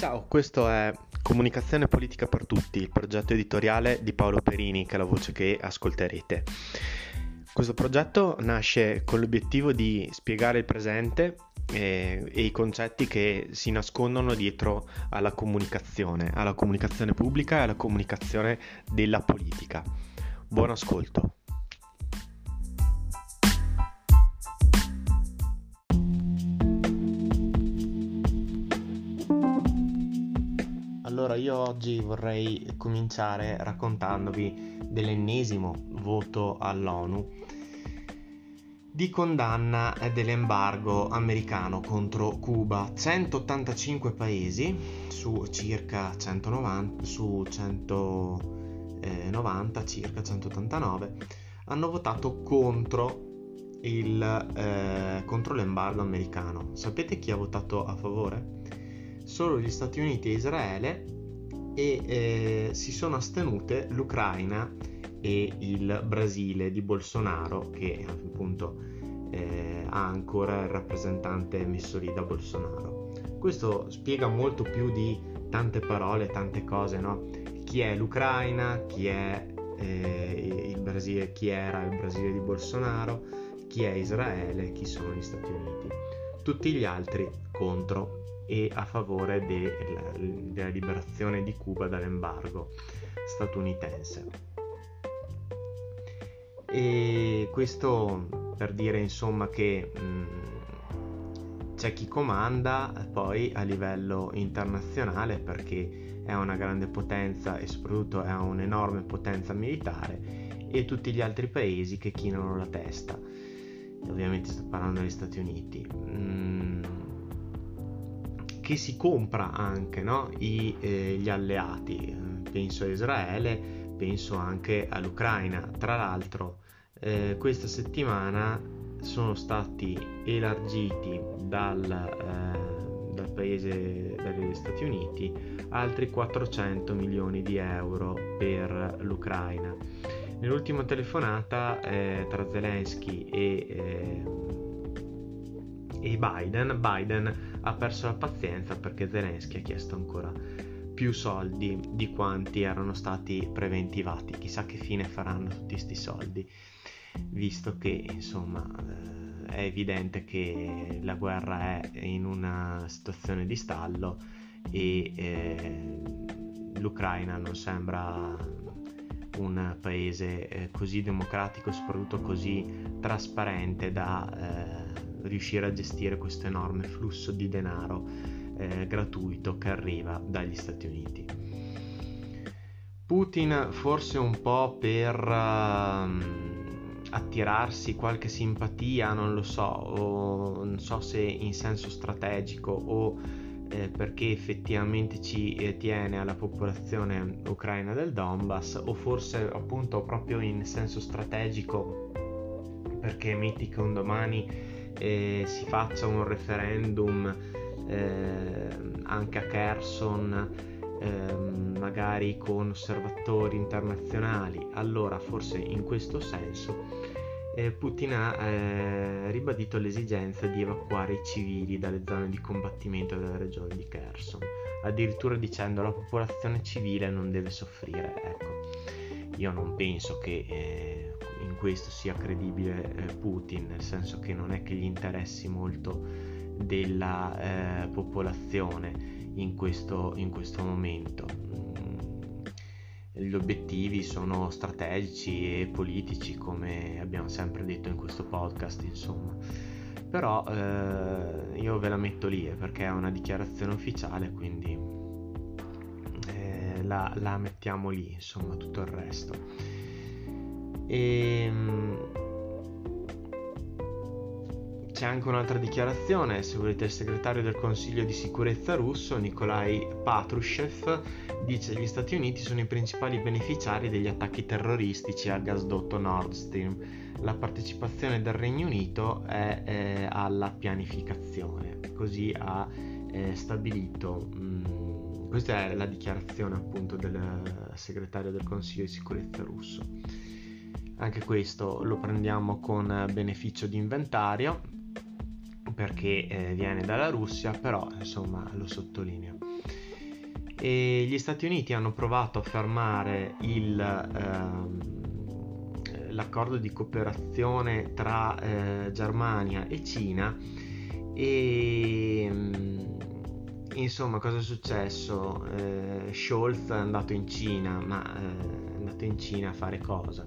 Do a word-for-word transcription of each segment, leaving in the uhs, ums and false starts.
Ciao, questo è Comunicazione Politica per Tutti, il progetto editoriale di Paolo Perini, che è la voce che ascolterete. Questo progetto nasce con l'obiettivo di spiegare il presente e, e i concetti che si nascondono dietro alla comunicazione, alla comunicazione pubblica e alla comunicazione della politica. Buon ascolto. Allora, io oggi vorrei cominciare raccontandovi dell'ennesimo voto all'ONU di condanna dell'embargo americano contro Cuba. centottantacinque paesi su circa centonovanta, su centonovanta, circa centottantanove, hanno votato contro il eh, contro l'embargo americano. Sapete chi ha votato a favore? Solo gli Stati Uniti e Israele, e eh, si sono astenute l'Ucraina e il Brasile di Bolsonaro, che appunto eh, ha ancora il rappresentante messo lì da Bolsonaro. Questo spiega molto più di tante parole, tante cose, no? Chi è l'Ucraina, chi è eh, il Brasile, chi era il Brasile di Bolsonaro, chi è Israele, chi sono gli Stati Uniti. Tutti gli altri contro e a favore de- della liberazione di Cuba dall'embargo statunitense. E questo per dire insomma che mh, c'è chi comanda poi a livello internazionale, perché è una grande potenza e soprattutto è un'enorme potenza militare, e tutti gli altri paesi che chinano la testa. E ovviamente sto parlando degli Stati Uniti. Mm, che si compra anche, no? I, eh, gli alleati, penso a Israele, penso anche all'Ucraina. Tra l'altro eh, questa settimana sono stati elargiti dal, eh, dal paese dagli Stati Uniti altri quattrocento milioni di euro per l'Ucraina. Nell'ultima telefonata eh, tra Zelensky e eh, e Biden, Biden ha perso la pazienza perché Zelensky ha chiesto ancora più soldi di quanti erano stati preventivati. Chissà che fine faranno tutti questi soldi, visto che insomma è evidente che la guerra è in una situazione di stallo e eh, l'Ucraina non sembra un paese eh, così democratico e soprattutto così trasparente da eh, riuscire a gestire questo enorme flusso di denaro eh, gratuito che arriva dagli Stati Uniti. Putin, forse un po' per uh, attirarsi qualche simpatia, non lo so, o non so se in senso strategico o eh, perché effettivamente ci eh, tiene alla popolazione ucraina del Donbass, o forse appunto proprio in senso strategico perché metti che un domani Eh, si faccia un referendum eh, anche a Kherson, eh, magari con osservatori internazionali. Allora forse in questo senso eh, Putin ha eh, ribadito l'esigenza di evacuare i civili dalle zone di combattimento della regione di Kherson, addirittura dicendo la popolazione civile non deve soffrire. Ecco, io non penso che eh, in questo sia credibile eh, Putin, nel senso che non è che gli interessi molto della eh, popolazione in questo, in questo momento. Mm, gli obiettivi sono strategici e politici, come abbiamo sempre detto in questo podcast, insomma. Però eh, io ve la metto lì eh, perché è una dichiarazione ufficiale, quindi eh, la, la mettiamo lì, insomma, tutto il resto. E c'è anche un'altra dichiarazione, se volete. Il segretario del Consiglio di sicurezza russo Nikolai Patrushev dice che gli Stati Uniti sono i principali beneficiari degli attacchi terroristici al gasdotto Nord Stream. La partecipazione del Regno Unito è eh, alla pianificazione, così ha eh, stabilito. Mh, questa è la dichiarazione appunto del segretario del Consiglio di sicurezza russo. Anche questo lo prendiamo con beneficio di inventario perché eh, viene dalla Russia, però insomma lo sottolineo. E gli Stati Uniti hanno provato a fermare il, ehm, l'accordo di cooperazione tra eh, Germania e Cina e insomma cosa è successo? Eh, Scholz è andato in Cina, ma eh, è andato in Cina a fare cosa?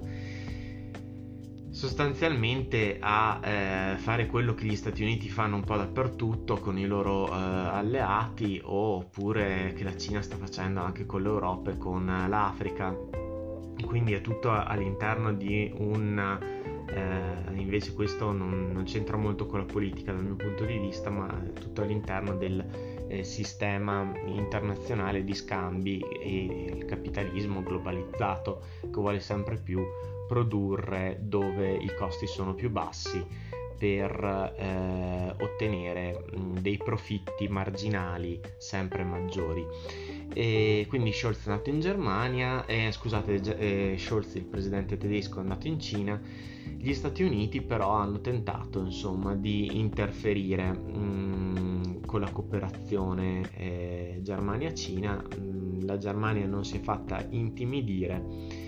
Sostanzialmente a eh, fare quello che gli Stati Uniti fanno un po' dappertutto con i loro eh, alleati, oppure che la Cina sta facendo anche con l'Europa e con l'Africa. Quindi è tutto all'interno di un eh, invece questo non, non c'entra molto con la politica dal mio punto di vista, ma è tutto all'interno del eh, sistema internazionale di scambi e il capitalismo globalizzato che vuole sempre più produrre dove i costi sono più bassi per eh, ottenere mh, dei profitti marginali sempre maggiori. E quindi Scholz è andato in Germania, eh, scusate, eh, Scholz, il presidente tedesco, è andato in Cina. Gli Stati Uniti però hanno tentato insomma di interferire mh, con la cooperazione eh, Germania-Cina. Mh, la Germania non si è fatta intimidire,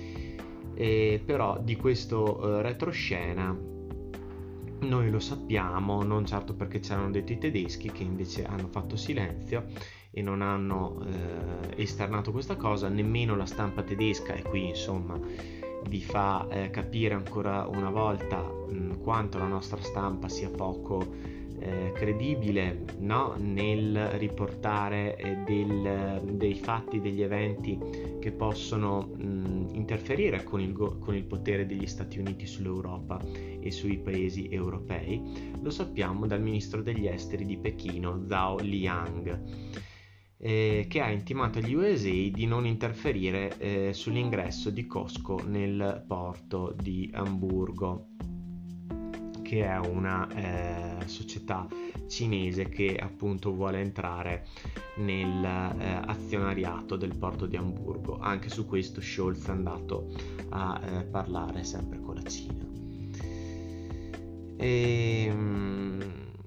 eh, però di questo eh, retroscena noi lo sappiamo, non certo perché c'erano detto i tedeschi, che invece hanno fatto silenzio e non hanno eh, esternato questa cosa, nemmeno la stampa tedesca, e qui insomma vi fa eh, capire ancora una volta mh, quanto la nostra stampa sia poco eh, credibile, no? Nel riportare eh, del, dei fatti, degli eventi che possono mh, interferire con il, go- con il potere degli Stati Uniti sull'Europa e sui paesi europei. Lo sappiamo dal ministro degli esteri di Pechino, Zhao Liang, eh, che ha intimato agli U S A di non interferire eh, sull'ingresso di Costco nel porto di Amburgo, che è una eh, società cinese che appunto vuole entrare nel eh, azionariato del porto di Amburgo. Anche su questo Scholz è andato a eh, parlare sempre con la Cina. E, um,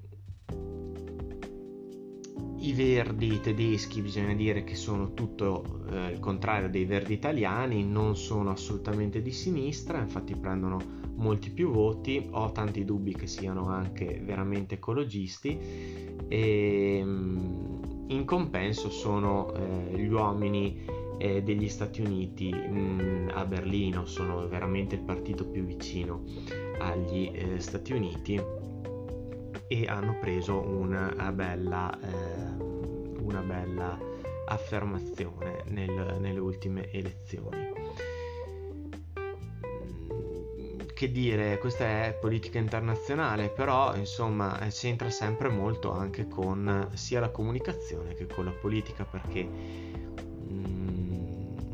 i verdi tedeschi, bisogna dire che sono tutto eh, il contrario dei verdi italiani, non sono assolutamente di sinistra, infatti prendono molti più voti. Ho tanti dubbi che siano anche veramente ecologisti, e in compenso sono eh, gli uomini eh, degli Stati Uniti mh, a Berlino, sono veramente il partito più vicino agli eh, Stati Uniti, e hanno preso una bella eh, una bella affermazione nel, nelle ultime elezioni. Che dire, questa è politica internazionale, però insomma c'entra sempre molto anche con sia la comunicazione che con la politica, perché mh,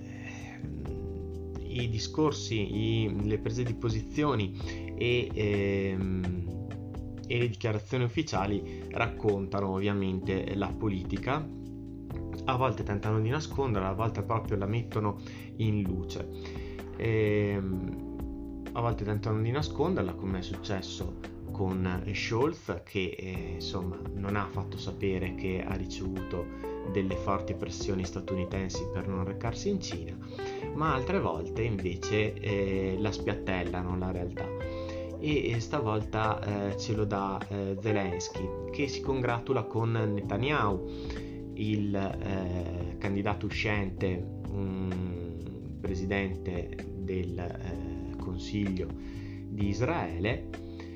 i discorsi, i, le prese di posizioni e, ehm, e le dichiarazioni ufficiali raccontano ovviamente la politica. A volte tentano di nasconderla, a volte proprio la mettono in luce. Ehm, a volte tentano di nasconderla, come è successo con Scholz, che eh, insomma non ha fatto sapere che ha ricevuto delle forti pressioni statunitensi per non recarsi in Cina, ma altre volte invece eh, la spiattellano la realtà. E stavolta eh, ce lo dà eh, Zelensky, che si congratula con Netanyahu, il eh, candidato uscente, um, presidente del eh, Consiglio di Israele,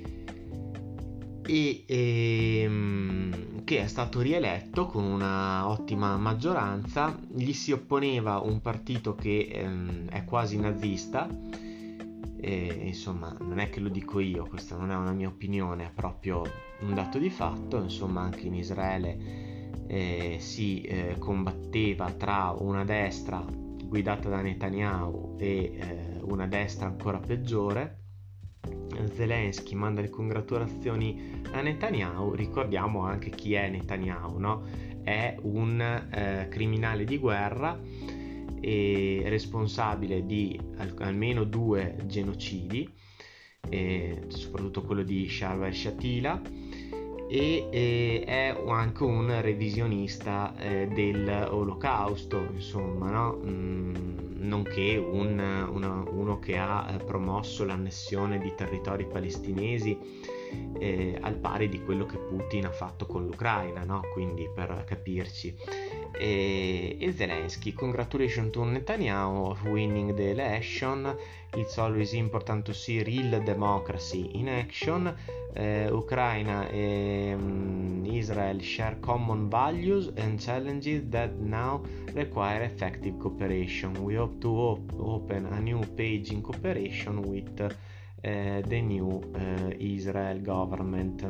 e ehm, che è stato rieletto con una ottima maggioranza. Gli si opponeva un partito che ehm, è quasi nazista. E, insomma, non è che lo dico io, questa non è una mia opinione, è proprio un dato di fatto. Insomma, anche in Israele eh, si eh, combatteva tra una destra guidata da Netanyahu e eh, una destra ancora peggiore. Zelensky manda le congratulazioni a Netanyahu. Ricordiamo anche chi è Netanyahu, no? È un eh, criminale di guerra e responsabile di al- almeno due genocidi, eh, soprattutto quello di Sharm el-Shatila, e eh, è anche un revisionista eh, dell'Olocausto, insomma, no? Mm, nonché un, una, uno che ha eh, promosso l'annessione di territori palestinesi eh, al pari di quello che Putin ha fatto con l'Ucraina, no? Quindi, per capirci. E, e Zelensky: congratulations to Netanyahu of winning the election, it's always important to see real democracy in action. uh, Ukraine and Israel share common values and challenges that now require effective cooperation. We hope to op- open a new page in cooperation with uh, the new uh, Israel government.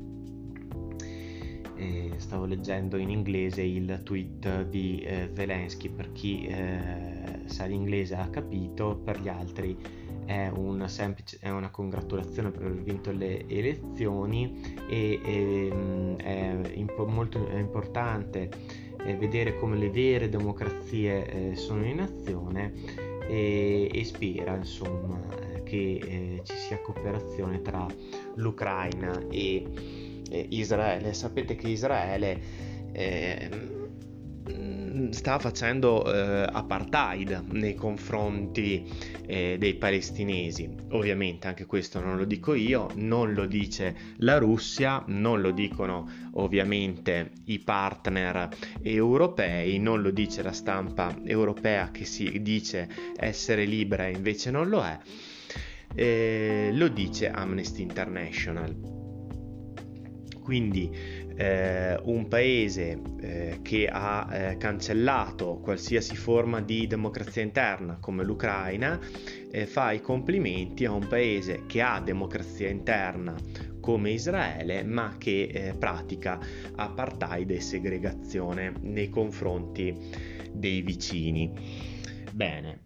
Eh, stavo leggendo in inglese il tweet di eh, Zelensky. Per chi eh, sa l'inglese ha capito, per gli altri è, un semplice, è una congratulazione per aver vinto le elezioni e, e è impo- molto è importante eh, vedere come le vere democrazie eh, sono in azione, e, e spera insomma che eh, ci sia cooperazione tra l'Ucraina e Israele. Sapete che Israele eh, sta facendo eh, apartheid nei confronti eh, dei palestinesi. Ovviamente anche questo non lo dico io, non lo dice la Russia, non lo dicono ovviamente i partner europei, non lo dice la stampa europea che si dice essere libera e invece non lo è, eh, lo dice Amnesty International. Quindi eh, un paese eh, che ha eh, cancellato qualsiasi forma di democrazia interna come l'Ucraina eh, fa i complimenti a un paese che ha democrazia interna come Israele, ma che eh, pratica apartheid e segregazione nei confronti dei vicini. Bene,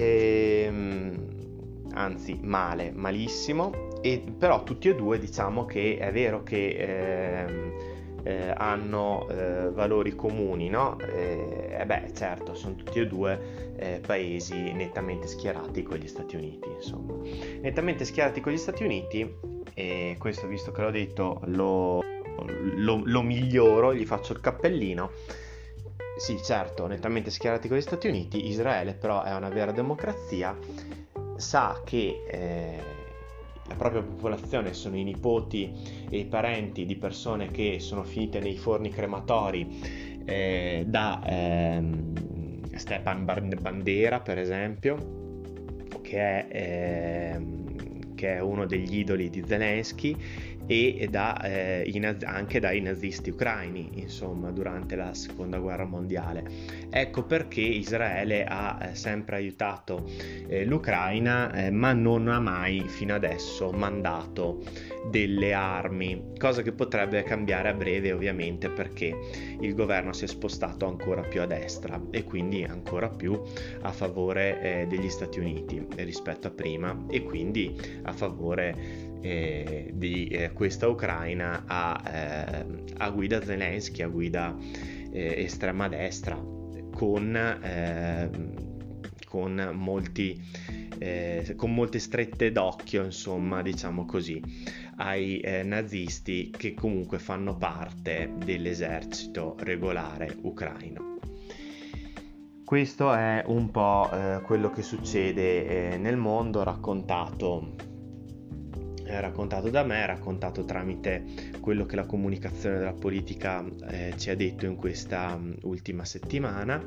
ehm, anzi male, malissimo. E però tutti e due diciamo che è vero che eh, eh, hanno eh, valori comuni, no? E eh, beh, certo, sono tutti e due eh, paesi nettamente schierati con gli Stati Uniti, insomma. Nettamente schierati con gli Stati Uniti, e questo, visto che l'ho detto, lo, lo, lo miglioro, gli faccio il cappellino. Sì, certo, nettamente schierati con gli Stati Uniti. Israele però è una vera democrazia, sa che eh, la propria popolazione sono i nipoti e i parenti di persone che sono finite nei forni crematori eh, da ehm, Stepan Bandera, per esempio, che è, ehm, che è uno degli idoli di Zelensky, e da, eh, i naz- anche dai nazisti ucraini, insomma, durante la seconda guerra mondiale. Ecco perché Israele ha eh, sempre aiutato eh, l'Ucraina, eh, ma non ha mai fino adesso mandato delle armi, cosa che potrebbe cambiare a breve, ovviamente, perché il governo si è spostato ancora più a destra e quindi ancora più a favore eh, degli Stati Uniti rispetto a prima, e quindi a favore Eh, di eh, questa Ucraina a, eh, a guida Zelensky, a guida eh, estrema destra, con, eh, con, molti, eh, con molte strette d'occhio, insomma, diciamo così, ai eh, nazisti che comunque fanno parte dell'esercito regolare ucraino. Questo è un po' eh, quello che succede eh, nel mondo, raccontato raccontato da me, raccontato tramite quello che la comunicazione della politica eh, ci ha detto in questa um, ultima settimana.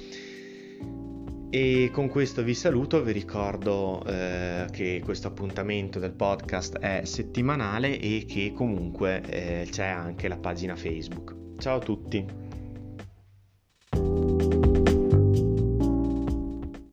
E con questo vi saluto, vi ricordo eh, che questo appuntamento del podcast è settimanale e che comunque eh, c'è anche la pagina Facebook. Ciao a tutti!